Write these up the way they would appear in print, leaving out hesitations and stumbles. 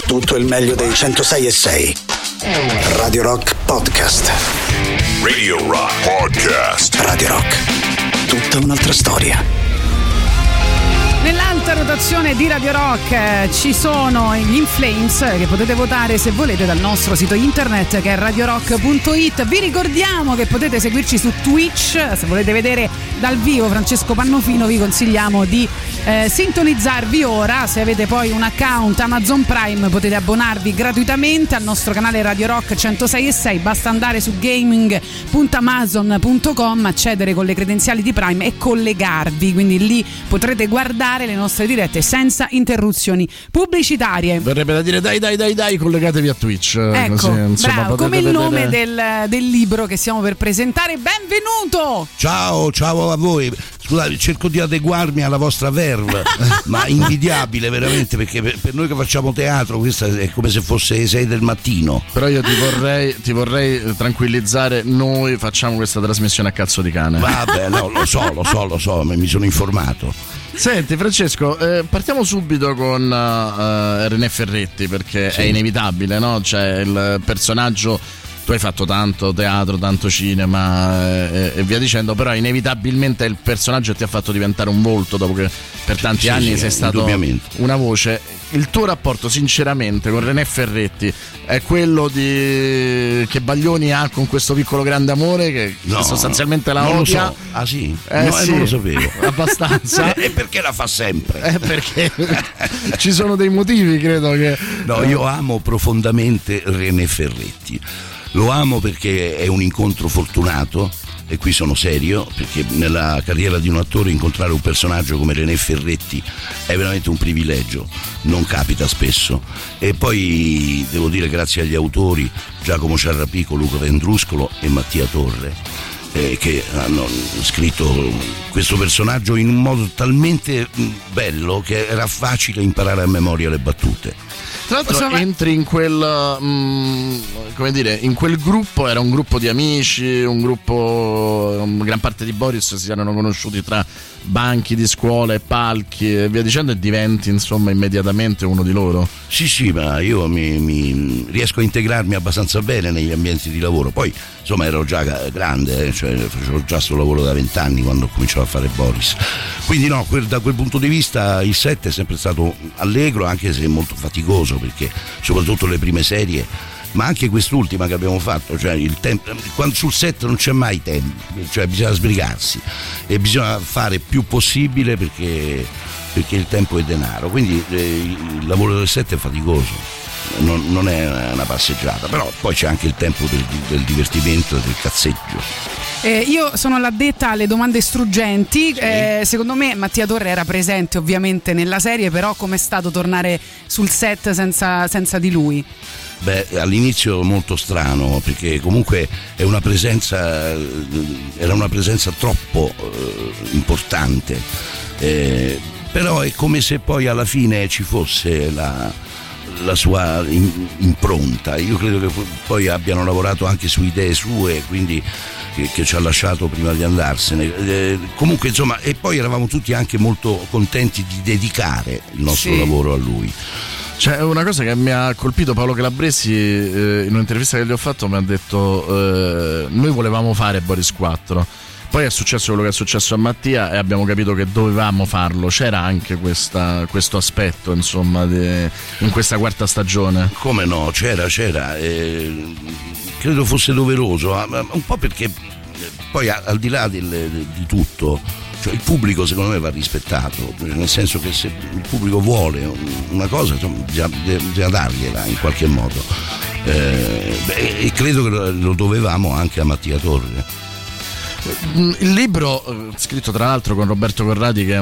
tutto il meglio dei 106.6. Radio Rock Podcast. Radio Rock Podcast. Radio Rock, tutta un'altra storia. Nell'alta rotazione di Radio Rock ci sono gli In Flames, che potete votare se volete dal nostro sito internet che è radiorock.it. Vi ricordiamo che potete seguirci su Twitch. Se volete vedere dal vivo Francesco Pannofino vi consigliamo di sintonizzarvi ora. Se avete poi un account Amazon Prime potete abbonarvi gratuitamente al nostro canale Radio Rock 106.6. Basta andare su gaming.amazon.com, accedere con le credenziali di Prime e collegarvi, quindi lì potrete guardare le nostre dirette senza interruzioni pubblicitarie. Verrebbe da dire dai, collegatevi a Twitch. Ecco, così, insomma, bravo, come il nome del libro che stiamo per presentare. Benvenuto! Ciao a voi. Scusate, cerco di adeguarmi alla vostra verve, ma invidiabile veramente, perché per noi che facciamo teatro questa è come se fosse le 6 del mattino. Però io ti vorrei tranquillizzare, noi facciamo questa trasmissione a cazzo di cane. Vabbè, no, lo so, mi sono informato. Senti Francesco, partiamo subito con René Ferretti, perché sì, è inevitabile, no? Cioè il personaggio, tu hai fatto tanto teatro, tanto cinema e via dicendo, però inevitabilmente il personaggio ti ha fatto diventare un volto dopo che per tanti anni sei stato una voce. Il tuo rapporto sinceramente con René Ferretti è quello che Baglioni ha con questo piccolo grande amore che sostanzialmente la odia? Lo so. Ah sì? Sì, non lo sapevo. Abbastanza. E perché la fa sempre? Perché ci sono dei motivi, credo che... No, io amo profondamente René Ferretti. Lo amo perché è un incontro fortunato, e qui sono serio, perché nella carriera di un attore incontrare un personaggio come René Ferretti è veramente un privilegio, non capita spesso. E poi devo dire grazie agli autori Giacomo Ciarrapico, Luca Vendruscolo e Mattia Torre, che hanno scritto questo personaggio in un modo talmente bello che era facile imparare a memoria le battute. Tra l'altro entri in quel come dire, in quel gruppo, era un gruppo di amici, un gruppo, gran parte di Boris si erano conosciuti tra banchi di scuola e palchi e via dicendo, e diventi insomma immediatamente uno di loro. Sì, ma io mi riesco a integrarmi abbastanza bene negli ambienti di lavoro. Poi insomma ero già grande, cioè facevo già sto lavoro da 20 anni quando ho cominciato a fare Boris, quindi no, da quel punto di vista il set è sempre stato allegro, anche se molto faticoso, perché soprattutto le prime serie, ma anche quest'ultima che abbiamo fatto, cioè quando sul set non c'è mai tempo, cioè bisogna sbrigarsi e bisogna fare più possibile perché il tempo è denaro, quindi il lavoro del set è faticoso. Non è una passeggiata, però poi c'è anche il tempo del divertimento, del cazzeggio. Io sono l'addetta alle domande struggenti. Secondo me Mattia Torre era presente ovviamente nella serie, però com'è stato tornare sul set senza di lui? Beh, all'inizio molto strano, perché comunque era una presenza troppo importante, però è come se poi alla fine ci fosse la sua impronta. Io credo che poi abbiano lavorato anche su idee sue, quindi che ci ha lasciato prima di andarsene. Comunque insomma, e poi eravamo tutti anche molto contenti di dedicare il nostro lavoro a lui. C'è una cosa che mi ha colpito, Paolo Calabresi in un'intervista che gli ho fatto mi ha detto noi volevamo fare Boris 4, poi è successo quello che è successo a Mattia e abbiamo capito che dovevamo farlo. C'era anche questo aspetto insomma in questa quarta stagione? Come no, c'era, credo fosse doveroso, un po' perché poi al di là di tutto, cioè il pubblico secondo me va rispettato, nel senso che se il pubblico vuole una cosa, insomma, bisogna dargliela in qualche modo, e credo che lo dovevamo anche a Mattia Torre. Il libro, scritto tra l'altro con Roberto Corradi, che è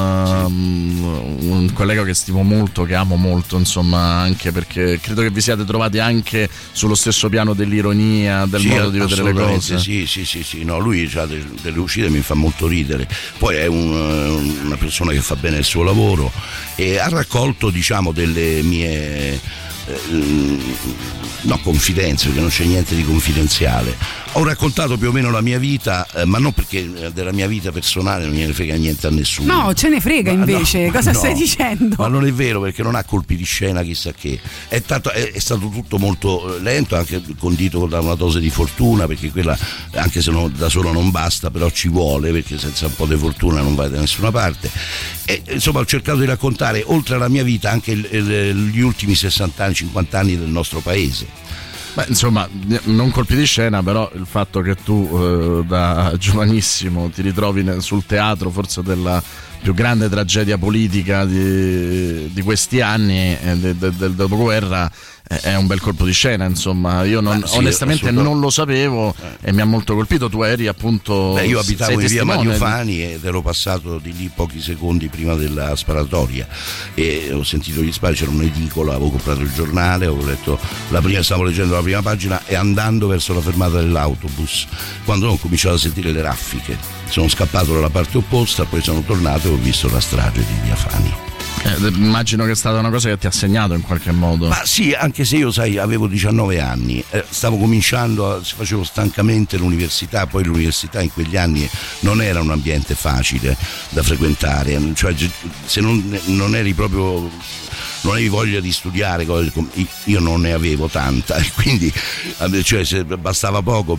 un collega che stimo molto, che amo molto, insomma, anche perché credo che vi siate trovati anche sullo stesso piano dell'ironia, del modo di vedere le cose. Sì, no, lui ha delle uscite, mi fa molto ridere. Poi è una persona che fa bene il suo lavoro e ha raccolto, diciamo, delle mie confidenze, perché non c'è niente di confidenziale, Ho raccontato più o meno la mia vita, ma non perché della mia vita personale non gliene frega niente a nessuno. No, ce ne frega invece. Cosa stai dicendo? Ma non è vero, perché non ha colpi di scena chissà che. È stato tutto molto lento, anche condito da una dose di fortuna, perché quella, anche se da solo non basta, però ci vuole, perché senza un po' di fortuna non vai da nessuna parte. E insomma ho cercato di raccontare, oltre alla mia vita, anche gli ultimi 60 anni, 50 anni del nostro paese. Beh, insomma, non colpi di scena, però il fatto che tu da giovanissimo ti ritrovi sul teatro forse della più grande tragedia politica di questi anni, del dopoguerra, è un bel colpo di scena, insomma. Io onestamente non lo sapevo e mi ha molto colpito. Tu eri appunto io abitavo in via Mario Fani ed ero passato di lì pochi secondi prima della sparatoria e ho sentito gli spari, c'era un'edicola, avevo comprato il giornale, avevo letto stavo leggendo la prima pagina e andando verso la fermata dell'autobus, quando ho cominciato a sentire le raffiche, sono scappato dalla parte opposta, poi sono tornato e ho visto la strage di via Fani. Immagino che è stata una cosa che ti ha segnato in qualche modo. Ma sì, anche se io, sai, avevo 19 anni, stavo cominciando, facevo stancamente l'università, poi l'università in quegli anni non era un ambiente facile da frequentare, cioè se non eri proprio, non avevi voglia di studiare, io non ne avevo tanta, e quindi cioè, bastava poco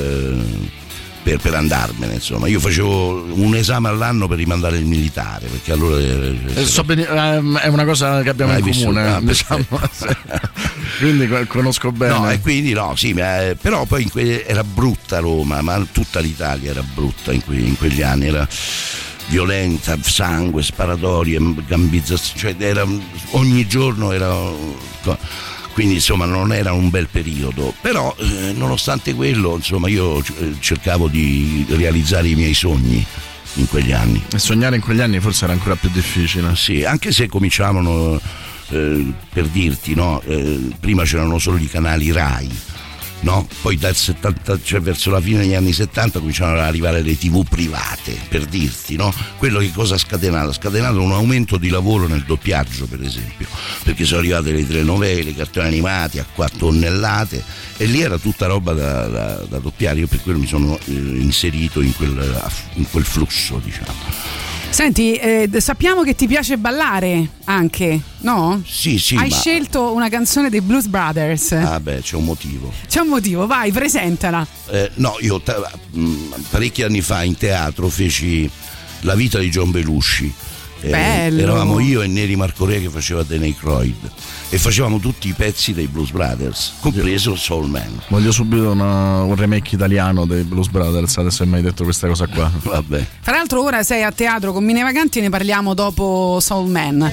per andarmene, insomma. Io facevo un esame all'anno per rimandare il militare, perché allora è una cosa che abbiamo in comune, diciamo. Quindi conosco bene. No, e quindi però poi era brutta Roma, ma tutta l'Italia era brutta in quegli anni, era violenta, sangue, sparatorie, gambizzazioni, cioè ogni giorno era. Quindi insomma non era un bel periodo, però nonostante quello insomma io cercavo di realizzare i miei sogni in quegli anni. E sognare in quegli anni forse era ancora più difficile. Sì, anche se cominciavano, per dirti, no? Prima c'erano solo i canali Rai, no? Poi dal 70, cioè verso la fine degli anni 70 cominciavano ad arrivare le TV private, per dirti, no? Quello che cosa ha scatenato? Ha scatenato un aumento di lavoro nel doppiaggio, per esempio, perché sono arrivate le telenovele, i cartoni animati a 4 tonnellate e lì era tutta roba da doppiare. Io per quello mi sono inserito in quel flusso, diciamo. Senti, sappiamo che ti piace ballare anche, no? Sì. Hai scelto una canzone dei Blues Brothers. Ah beh, c'è un motivo. C'è un motivo, vai, presentala. No, io parecchi anni fa in teatro feci La vita di John Belushi. Bello. Eravamo io e Neri Marcorea che faceva Danny Croyd e facevamo tutti i pezzi dei Blues Brothers, compreso Soul Man. Voglio subito un remake italiano dei Blues Brothers, adesso hai mai detto questa cosa qua. Vabbè. Tra l'altro ora sei a teatro con Mine Vaganti e ne parliamo dopo Soul Man.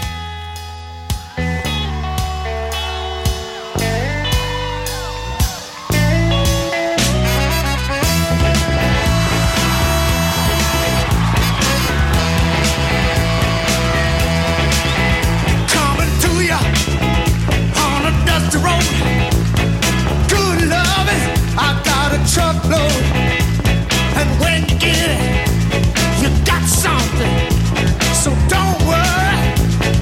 Truckload, and when you get it, you got something. So don't worry,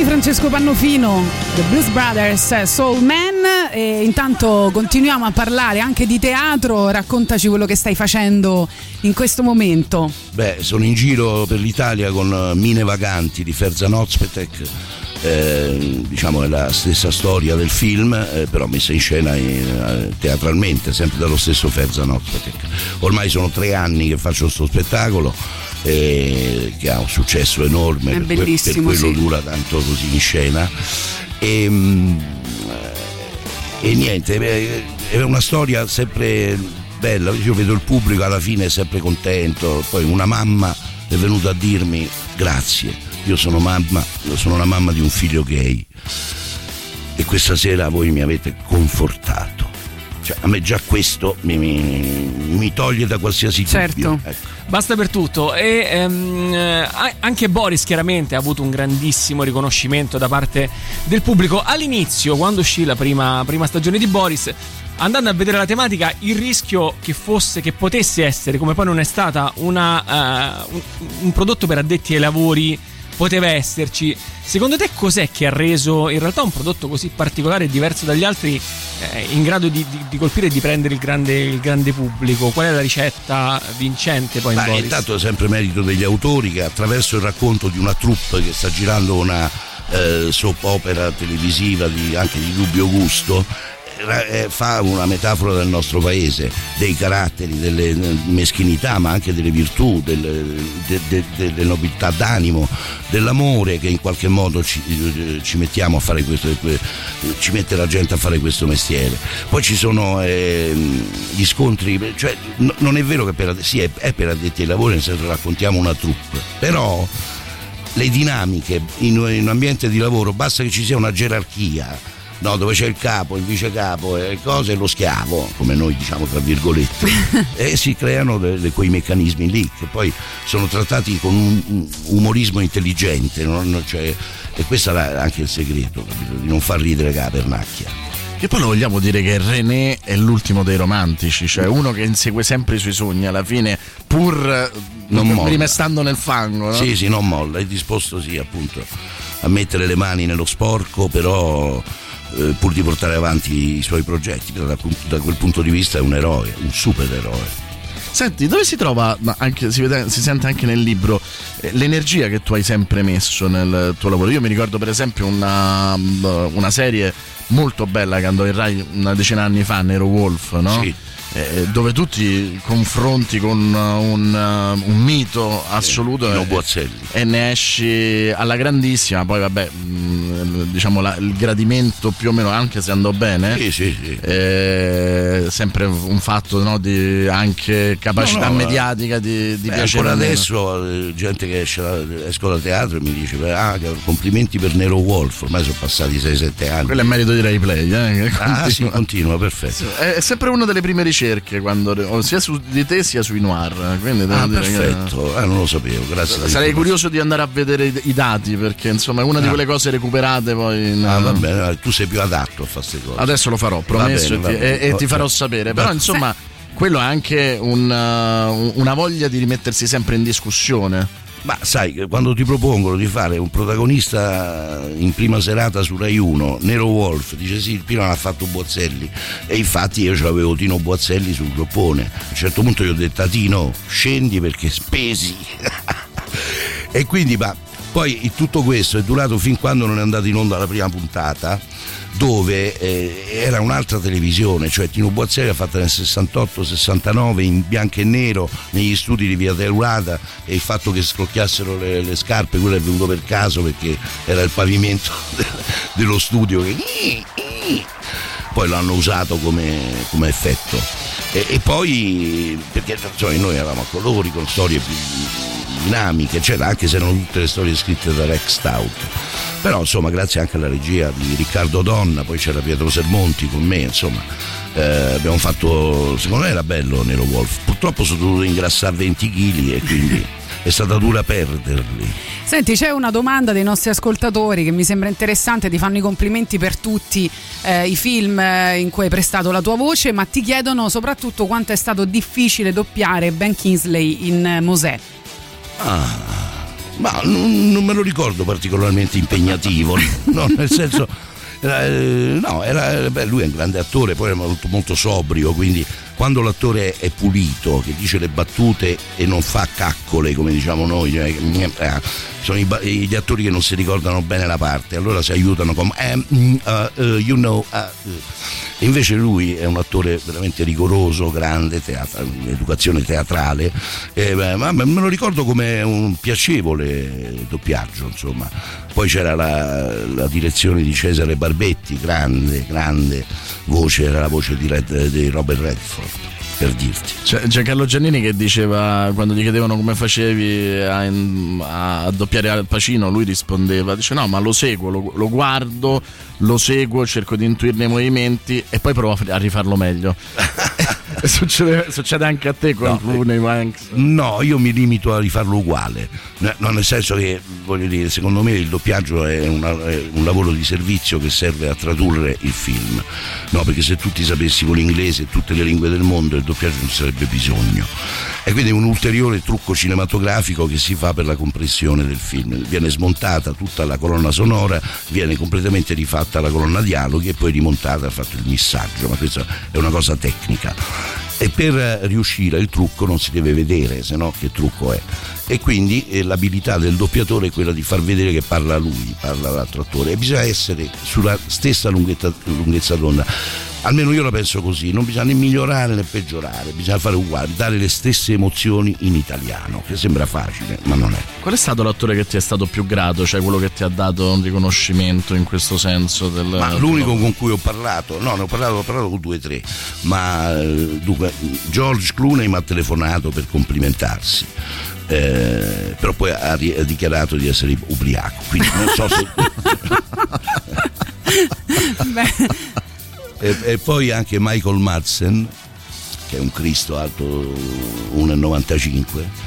Francesco Pannofino, The Blues Brothers, Soul Man. E intanto continuiamo a parlare anche di teatro. Raccontaci quello che stai facendo in questo momento. Beh, sono in giro per l'Italia con Mine Vaganti di Ferzan Özpetek. Diciamo è la stessa storia del film, però messa in scena teatralmente, sempre dallo stesso Ferzan Özpetek. Ormai sono 3 anni che faccio questo spettacolo, che ha un successo enorme, è bellissimo, per quello sì. dura tanto così in scena e niente, è una storia sempre bella. Io vedo il pubblico alla fine sempre contento. Poi una mamma è venuta a dirmi: grazie, io sono la mamma di un figlio gay e questa sera voi mi avete confortato. Cioè, a me già questo mi toglie da qualsiasi dubbio. Certo. Ecco. Basta per tutto. E anche Boris chiaramente ha avuto un grandissimo riconoscimento da parte del pubblico. All'inizio, quando uscì la prima stagione di Boris, andando a vedere la tematica, il rischio che potesse essere, come poi non è stata, un prodotto per addetti ai lavori, poteva esserci. Secondo te cos'è che ha reso in realtà un prodotto così particolare e diverso dagli altri in grado di colpire e di prendere il grande pubblico? Qual è la ricetta vincente poi in Boris? Intanto è sempre merito degli autori, che attraverso il racconto di una troupe che sta girando una soap opera televisiva anche di dubbio gusto, fa una metafora del nostro paese, dei caratteri, delle meschinità, ma anche delle virtù, delle nobiltà d'animo, dell'amore che in qualche modo ci mettiamo a fare questo, ci mette la gente a fare questo mestiere. Poi ci sono gli scontri, cioè non è vero che è per addetti ai lavori, nel senso che raccontiamo una troupe, però le dinamiche in un ambiente di lavoro, basta che ci sia una gerarchia, no, dove c'è il capo, il vicecapo e cose, e lo schiavo, come noi diciamo tra virgolette, e si creano quei meccanismi lì che poi sono trattati con un umorismo intelligente, cioè, e questo è anche il segreto, capito? Di non far ridere che la pernacchia. E poi lo vogliamo dire che René è l'ultimo dei romantici, cioè uno che insegue sempre i suoi sogni, alla fine pur non rimestando nel fango, no? Sì, non molla, è disposto appunto a mettere le mani nello sporco, però pur di portare avanti i suoi progetti. Da quel punto di vista è un eroe, un supereroe. Senti, dove si trova, anche si sente anche nel libro, l'energia che tu hai sempre messo nel tuo lavoro? Io mi ricordo per esempio una serie molto bella che andò in Rai una decina di anni fa, Nero Wolf, no? Sì. Dove tu ti confronti con un mito assoluto, e ne esci alla grandissima. Poi vabbè, diciamo il gradimento più o meno, anche se andò bene, sì. sempre un fatto, no, di anche capacità mediatica di piacere. Ancora adesso gente che esco da teatro mi dice complimenti per Nero Wolf, ormai sono passati 6-7 anni. Quello è merito di Rai Play, sì, continua, perfetto. È sempre una delle prime ricerche, sia su di te sia sui noir, quindi perfetto, non lo sapevo, grazie. Sarei curioso di andare a vedere i dati, perché insomma è una di quelle cose recuperate poi va bene, tu sei più adatto a fare queste cose. Adesso lo farò, promesso, e ti farò sapere. Però insomma quello è anche una voglia di rimettersi sempre in discussione. Ma sai, quando ti propongono di fare un protagonista in prima serata su Rai 1, Nero Wolf, dice sì, prima l'ha fatto Boazzelli, e infatti io ce l'avevo Tino Boazzelli sul groppone. A un certo punto gli ho detto: Tino, scendi perché spesi. E quindi poi tutto questo è durato fin quando non è andata in onda la prima puntata, dove era un'altra televisione, cioè Tino Boazzelli l'ha fatta nel 68-69 in bianco e nero negli studi di Via Teulada, e il fatto che scrocchiassero le scarpe, quello è venuto per caso perché era il pavimento dello studio che poi l'hanno usato come effetto, e poi perché insomma, noi eravamo a colori con storie più dinamiche, c'era, anche se erano tutte le storie scritte da Rex Stout, però insomma grazie anche alla regia di Riccardo Donna, poi c'era Pietro Sermonti con me, insomma abbiamo fatto, secondo me era bello Nero Wolf. Purtroppo sono dovuto ingrassare 20 kg e quindi è stata dura perderli. Senti, c'è una domanda dei nostri ascoltatori che mi sembra interessante, ti fanno i complimenti per tutti i film in cui hai prestato la tua voce, ma ti chiedono soprattutto quanto è stato difficile doppiare Ben Kingsley in Mosè. Ma non me lo ricordo particolarmente impegnativo, no, nel senso, lui è un grande attore, poi è molto, molto sobrio, quindi quando l'attore è pulito, che dice le battute e non fa caccole come diciamo noi, sono gli attori che non si ricordano bene la parte, allora si aiutano con invece lui è un attore veramente rigoroso, grande, educazione teatrale, ma me lo ricordo come un piacevole doppiaggio, insomma. Poi c'era la direzione di Cesare Barbetti, grande voce, era la voce di Robert Redford, per dirti. C'è Carlo Giannini che diceva, quando gli chiedevano come facevi a doppiare Al Pacino, lui rispondeva, dice no, ma lo seguo, lo guardo, lo seguo, cerco di intuirne i movimenti e poi provo a rifarlo meglio. Succede anche a te con Clooney Banks? No, io mi limito a rifarlo uguale, no, nel senso che, voglio dire, secondo me il doppiaggio è un lavoro di servizio che serve a tradurre il film, no, perché se tutti sapessimo l'inglese e tutte le lingue del mondo il doppiaggio non sarebbe bisogno, e quindi è un ulteriore trucco cinematografico che si fa per la compressione del film. Viene smontata tutta la colonna sonora, viene completamente rifatta la colonna dialoghi e poi rimontata, fatto il missaggio, ma questa è una cosa tecnica. E per riuscire il trucco non si deve vedere, se no che trucco è? E quindi l'abilità del doppiatore è quella di far vedere che parla lui, parla l'altro attore, e bisogna essere sulla stessa lunghezza d'onda. Almeno io la penso così, non bisogna né migliorare né peggiorare, bisogna fare uguale, dare le stesse emozioni in italiano, che sembra facile, ma non è. Qual è stato l'attore che ti è stato più grato, cioè quello che ti ha dato un riconoscimento in questo senso? Ma l'unico con cui ho parlato, ne ho parlato con 2 o 3, ma dunque George Clooney mi ha telefonato per complimentarsi. Però poi ha dichiarato di essere ubriaco, quindi non so se e poi anche Michael Madsen, che è un Cristo alto 1,95,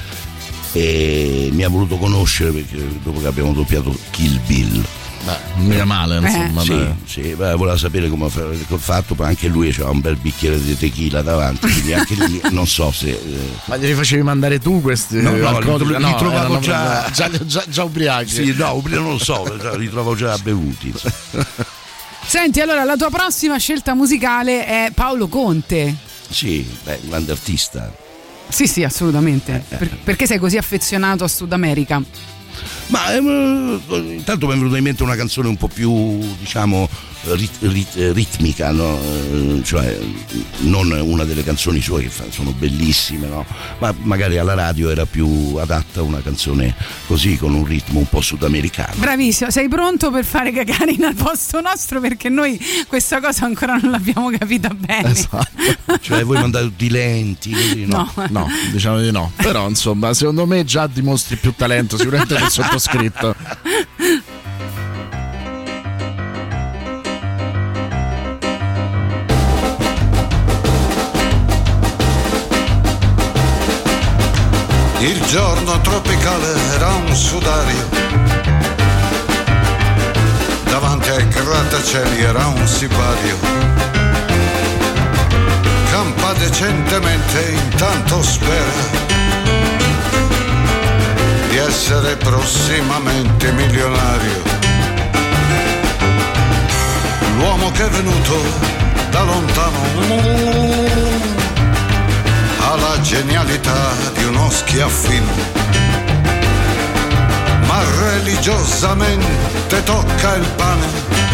e mi ha voluto conoscere perché dopo che abbiamo doppiato Kill Bill. Mica male, insomma. Sì, voleva sapere come ho fatto, ma anche lui aveva un bel bicchiere di tequila davanti, quindi anche lì non so se ma glieli facevi mandare tu questi? No, li trovavo già ubriachi. Sì, no, non lo so, li trovo già bevuti. Senti, allora la tua prossima scelta musicale è Paolo Conte. Sì, grande artista. Sì, assolutamente. Perché sei così affezionato a Sud America? Ma intanto mi è venuta in mente una canzone un po' più, diciamo, ritmica, no? Cioè non una delle canzoni sue che sono bellissime, no? Ma magari alla radio era più adatta una canzone così, con un ritmo un po' sudamericano. Bravissimo, sei pronto per fare Gagarin al posto nostro? Perché noi questa cosa ancora non l'abbiamo capita bene. Esatto. Cioè voi mandate tutti lenti così, no? No, diciamo di no. Però insomma, secondo me già dimostri più talento sicuramente del sottoscritto. Il giorno tropicale era un sudario, davanti ai grattacieli era un sipario. Campa decentemente, intanto spera di essere prossimamente milionario. L'uomo che è venuto da lontano ha la genialità di uno schiaffino, ma religiosamente tocca il pane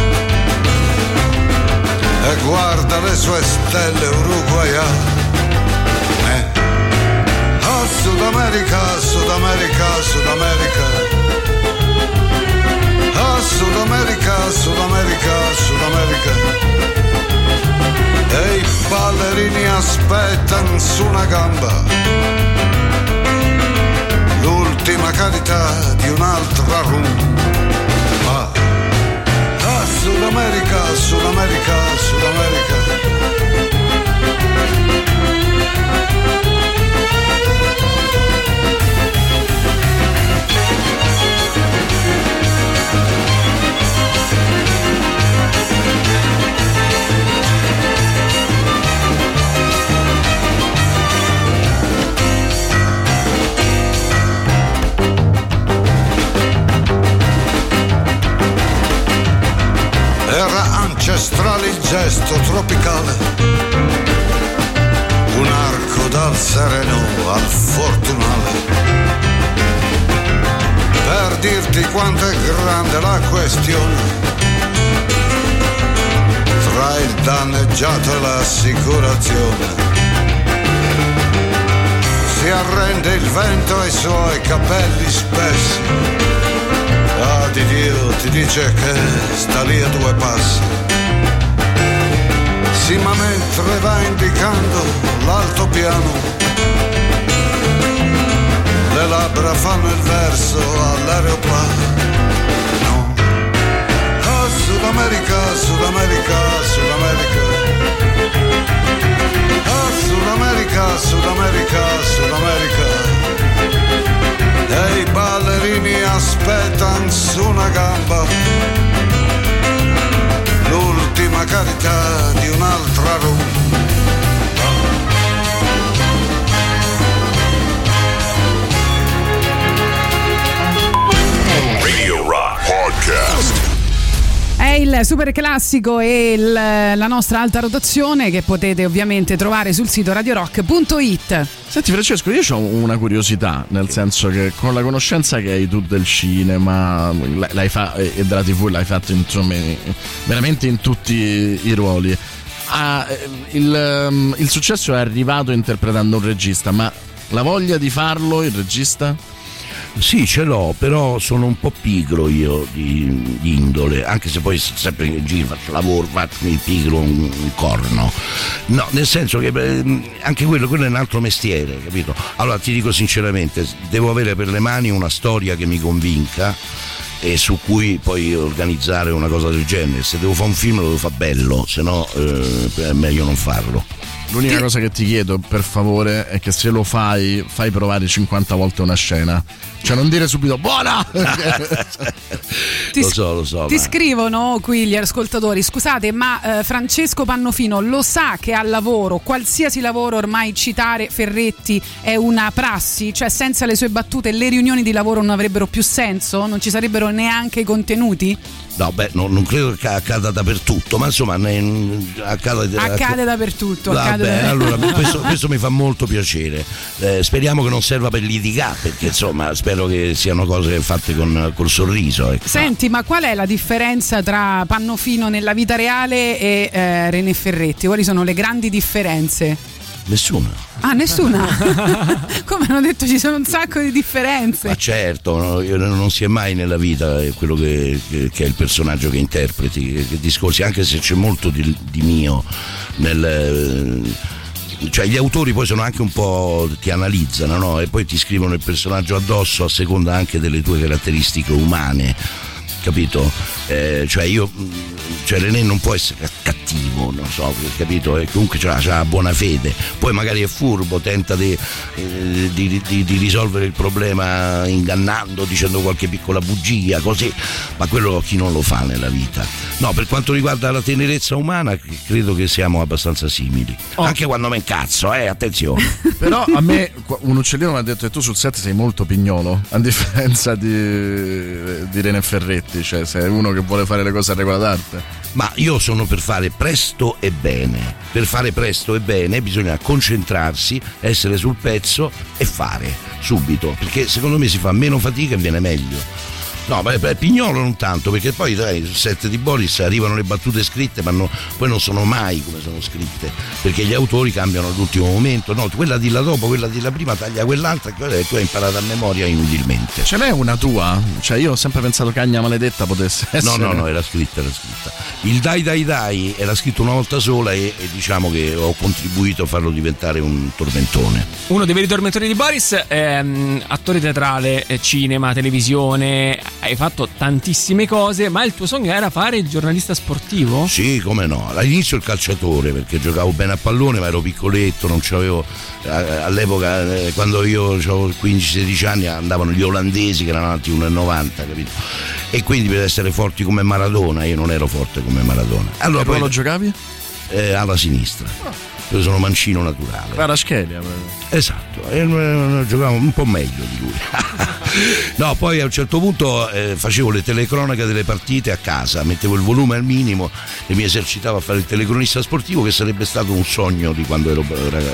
e guarda le sue stelle uruguaiane. Oh, Sud America, Sud America, Sud America. Oh, Sud America, Sud America, Sud America. E i ballerini aspettano su una gamba l'ultima carità di un'altra rumba. Ah, Sud America, Sud America, Sud America. gesto tropicale, un arco dal sereno al fortunale, per dirti quanto è grande la questione tra il danneggiato e l'assicurazione. Si arrende il vento ai suoi capelli spessi, ah di Dio ti dice che sta lì a 2 passi. Sì, ma mentre va indicando l'altopiano, le labbra fanno il verso all'aeroplano. Sud America, Sud America, Sud America. Ah, Sud America, Sud America, Sud America. E i ballerini aspettano su una gamba l'ultima carità di un'altra rumba. Radio Rock Podcast. È il super classico e la nostra alta rotazione che potete ovviamente trovare sul sito radiorock.it. Senti Francesco, io ho una curiosità, nel senso che con la conoscenza che hai tu del cinema e della TV, l'hai fatto insomma veramente in tutti i ruoli. Il successo è arrivato interpretando un regista, ma la voglia di farlo il regista? Sì, ce l'ho, però sono un po' pigro io di indole, anche se poi sempre in giro faccio lavoro, faccio il pigro un corno. No, nel senso che anche quello è un altro mestiere, capito? Allora ti dico sinceramente, devo avere per le mani una storia che mi convinca e su cui poi organizzare una cosa del genere. Se devo fare un film lo devo fare bello, se no è meglio non farlo. L'unica cosa che ti chiedo, per favore, è che se lo fai provare 50 volte una scena. Cioè non dire subito buona. Lo so. Ti scrivono qui gli ascoltatori: scusate, ma Francesco Pannofino lo sa che al lavoro, qualsiasi lavoro ormai, citare Ferretti è una prassi? Cioè senza le sue battute le riunioni di lavoro non avrebbero più senso? Non ci sarebbero neanche i contenuti? No, beh, non credo che accada dappertutto, ma insomma accade dappertutto. Allora questo mi fa molto piacere. Speriamo che non serva per litigare, perché insomma spero che siano cose fatte col sorriso, ecco. Senti, ma qual è la differenza tra Pannofino nella vita reale e René Ferretti? Quali sono le grandi differenze? Nessuna. Ah, nessuna? Come hanno detto, ci sono un sacco di differenze. Ma certo, non si è mai nella vita quello che è il personaggio che interpreti, che discorsi, anche se c'è molto di mio cioè gli autori poi sono anche un po', ti analizzano, no? E poi ti scrivono il personaggio addosso a seconda anche delle tue caratteristiche umane, capito? Cioè René non può essere cattivo, non so, capito? E comunque c'ha buona fede, poi magari è furbo, tenta di risolvere il problema ingannando, dicendo qualche piccola bugia, così, ma quello chi non lo fa nella vita. No, per quanto riguarda la tenerezza umana, credo che siamo abbastanza simili, anche quando mi incazzo, attenzione. Però a me un uccellino mi ha detto che tu sul set sei molto pignolo, a differenza di René Ferretti, cioè sei uno che vuole fare le cose a regola d'arte. Ma io sono per fare presto e bene. Per fare presto e bene bisogna concentrarsi, essere sul pezzo e fare subito, perché secondo me si fa meno fatica e viene meglio. No, pignolo non tanto, perché poi sai, sul set di Boris arrivano le battute scritte, ma poi non sono mai come sono scritte, perché gli autori cambiano all'ultimo momento. No, quella di là dopo, quella di là prima, taglia quell'altra, che tu hai imparato a memoria inutilmente. Ce n'è una tua? Cioè io ho sempre pensato che Agna Maledetta potesse essere. No, era scritta. Il Dai era scritto una volta sola e diciamo che ho contribuito a farlo diventare un tormentone. Uno dei veri tormentori di Boris è attore teatrale, cinema, televisione. Hai fatto tantissime cose, ma il tuo sogno era fare il giornalista sportivo? Sì, come no. All'inizio il calciatore, perché giocavo bene a pallone, ma ero piccoletto, non c'avevo. All'epoca, quando io avevo 15-16 anni, andavano gli olandesi che erano alti 1,90, capito? E quindi per essere forti come Maradona, io non ero forte come Maradona. Allora e poi lo giocavi? Alla sinistra. Io sono mancino naturale. Kvaratskhelia. Esatto, e giocavo un po' meglio di lui. No, poi a un certo punto facevo le telecronache delle partite a casa, mettevo il volume al minimo e mi esercitavo a fare il telecronista sportivo, che sarebbe stato un sogno di quando ero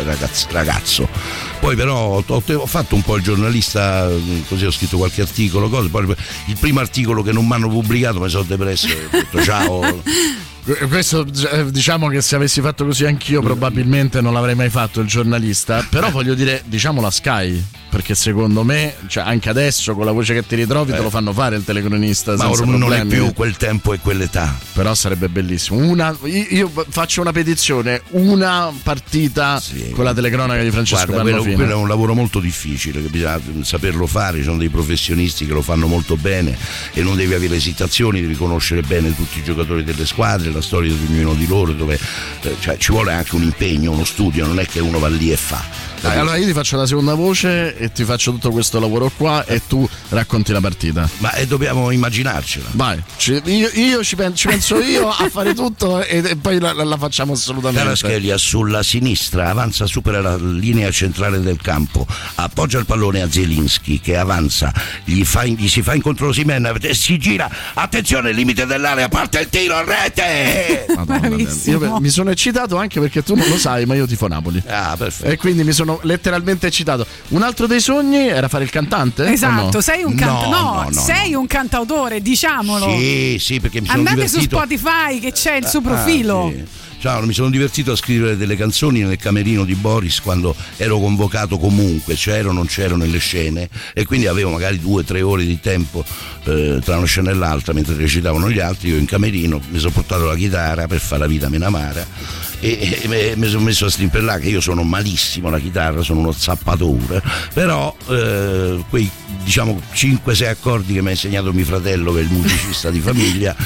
ragazzo. Poi però ho fatto un po' il giornalista, così ho scritto qualche articolo, cose. Poi il primo articolo che non mi hanno pubblicato mi sono depresso e ho detto ciao. Questo, diciamo che se avessi fatto così anch'io probabilmente non l'avrei mai fatto il giornalista, però voglio dire, diciamo la Sky, perché secondo me, cioè, anche adesso con la voce che ti ritrovi te lo fanno fare il telecronista, ma ora non è più quel tempo e quell'età. Però sarebbe bellissimo. Io faccio una petizione, una partita con la telecronaca di Francesco Pannofino. Quello è un lavoro molto difficile, che bisogna saperlo fare, ci sono dei professionisti che lo fanno molto bene e non devi avere esitazioni, devi conoscere bene tutti i giocatori delle squadre, la storia di ognuno di loro, dove cioè, ci vuole anche un impegno, uno studio, non è che uno va lì e fa. Allora io ti faccio la seconda voce e ti faccio tutto questo lavoro qua e tu racconti la partita. Ma dobbiamo immaginarcela. Vai, io ci penso io a fare tutto e poi la facciamo assolutamente. Kvaratskhelia sulla sinistra avanza, supera la linea centrale del campo, appoggia il pallone a Zielinski che avanza, gli si fa incontro Osimhen, si gira, attenzione, limite dell'area, parte il tiro a rete. Madonna, io mi sono eccitato anche perché tu non lo sai, ma io tifo Napoli. Ah, perfetto. E quindi mi sono letteralmente eccitato. Un altro dei sogni era fare il cantante? Esatto, no? Sei un sei un cantautore, diciamolo. Sì, perché mi sono Andate divertito. su Spotify che c'è il suo profilo. Sì. Ciao, mi sono divertito a scrivere delle canzoni nel camerino di Boris quando ero convocato comunque, c'ero o non c'ero nelle scene, e quindi avevo magari 2 o 3 ore di tempo tra una scena e l'altra mentre recitavano gli altri. Io in camerino mi sono portato la chitarra per fare la vita meno amara e mi sono messo a strimpellare, che io sono malissimo alla chitarra, sono uno zappatore, però quei diciamo 5-6 accordi che mi ha insegnato mio fratello, che è il musicista di famiglia,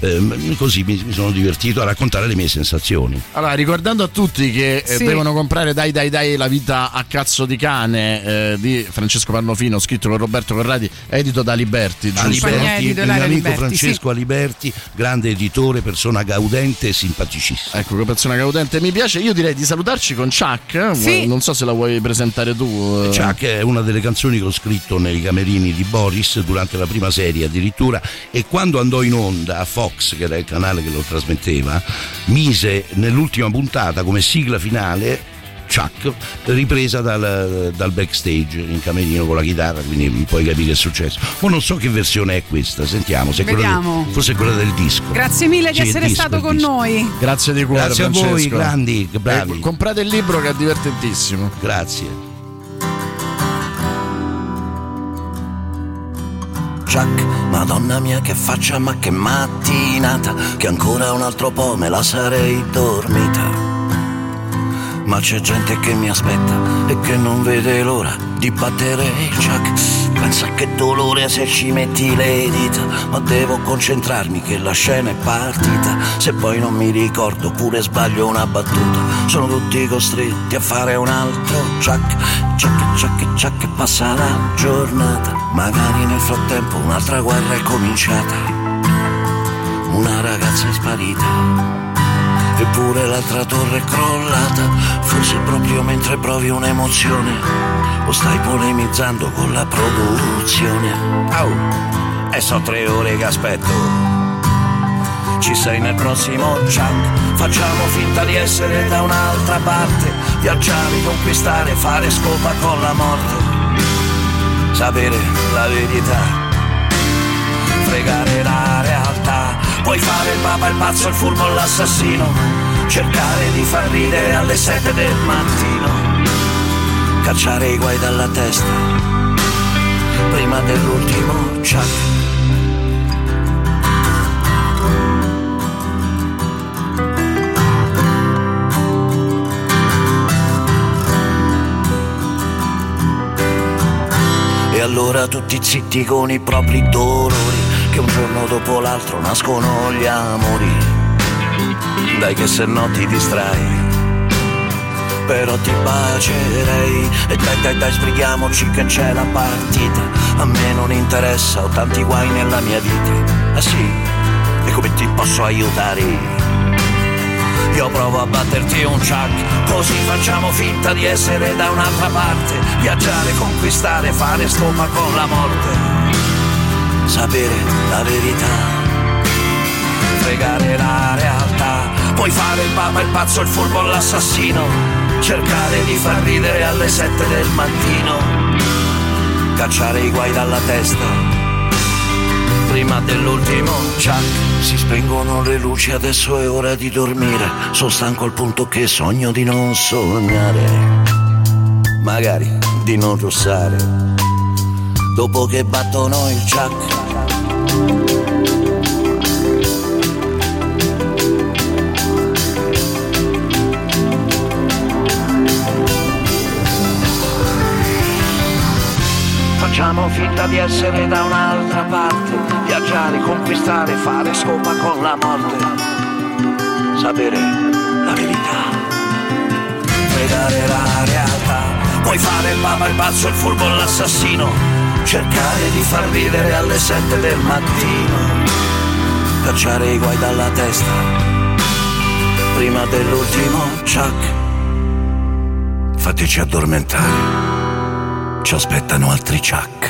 così mi sono divertito a raccontare le mie sensazioni. Allora, ricordando a tutti che devono comprare Dai la vita a cazzo di cane di Francesco Pannofino, scritto con Roberto Corradi, edito da Liberty, giusto? Aliberti, il mio amico Francesco Aliberti, grande editore, persona gaudente e simpaticissima. Ecco, che persona gaudente mi piace. Io direi di salutarci con Chuck. Non so se la vuoi presentare tu. Chuck è una delle canzoni che ho scritto nei camerini di Boris durante la prima serie addirittura, e quando andò in onda a Fox, che era il canale che lo trasmetteva, mise nell'ultima puntata come sigla finale Chuck, ripresa dal backstage in camerino con la chitarra, quindi puoi capire che è successo. Ma non so che versione è questa, sentiamo se forse è quella del disco. Grazie mille di essere stato con noi. Grazie di cuore, grazie Francesco. a voi grandi, bravi. Comprate il libro che è divertentissimo. Grazie. Chuck, madonna mia che faccia, ma che mattinata, che ancora un altro po' me la sarei dormita. Ma c'è gente che mi aspetta e che non vede l'ora di battere il Chuck. Pensa che dolore se ci metti le dita, ma devo concentrarmi che la scena è partita. Se poi non mi ricordo oppure sbaglio una battuta, sono tutti costretti a fare un altro Chuck. Chuck e passa la giornata. Magari nel frattempo un'altra guerra è cominciata, una ragazza è sparita, eppure l'altra torre è crollata. Forse proprio mentre provi un'emozione o stai polemizzando con la produzione. E so 3 ore che aspetto. Ci sei nel prossimo Chuck? Facciamo finta di essere da un'altra parte, viaggiare, conquistare, fare scopa con la morte, sapere la verità, fregare la realtà. Puoi fare il papa, il pazzo, il furbo, l'assassino, cercare di far ridere alle 7 del mattino, cacciare i guai dalla testa prima dell'ultimo Chuck. E allora tutti zitti con i propri dolori, che un giorno dopo l'altro nascono gli amori. Dai che se no ti distrai, però ti bacerei. E dai sbrighiamoci che c'è la partita. A me non interessa, ho tanti guai nella mia vita. Ah sì? E come ti posso aiutare? Io provo a batterti un chuck, così facciamo finta di essere da un'altra parte. Viaggiare, conquistare, fare scopa con la morte. Sapere la verità, fregare la realtà. Puoi fare il papa, il pazzo, il furbo, l'assassino, cercare di far ridere alle 7 del mattino, cacciare i guai dalla testa. Prima dell'ultimo chuck, si spengono le luci, adesso è ora di dormire. Sono stanco al punto che sogno di non sognare, magari di non russare, dopo che battono il chuck. Facciamo finta di essere da un'altra parte, viaggiare, conquistare, fare scopa con la morte. Sapere la verità, fregare la realtà. Puoi fare il papa, il pazzo, il furbo, l'assassino, cercare di far ridere alle 7 del mattino, cacciare i guai dalla testa. Prima dell'ultimo chuck, fateci addormentare, ci aspettano altri chuck.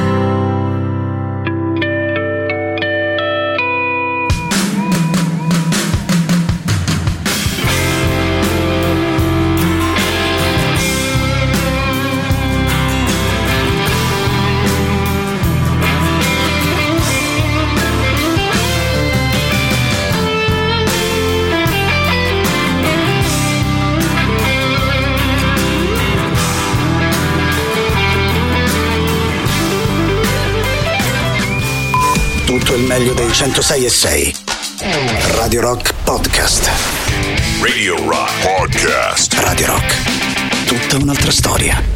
Tutto il meglio dei 106.6. Radio Rock Podcast. Radio Rock Podcast. Radio Rock. Tutta un'altra storia.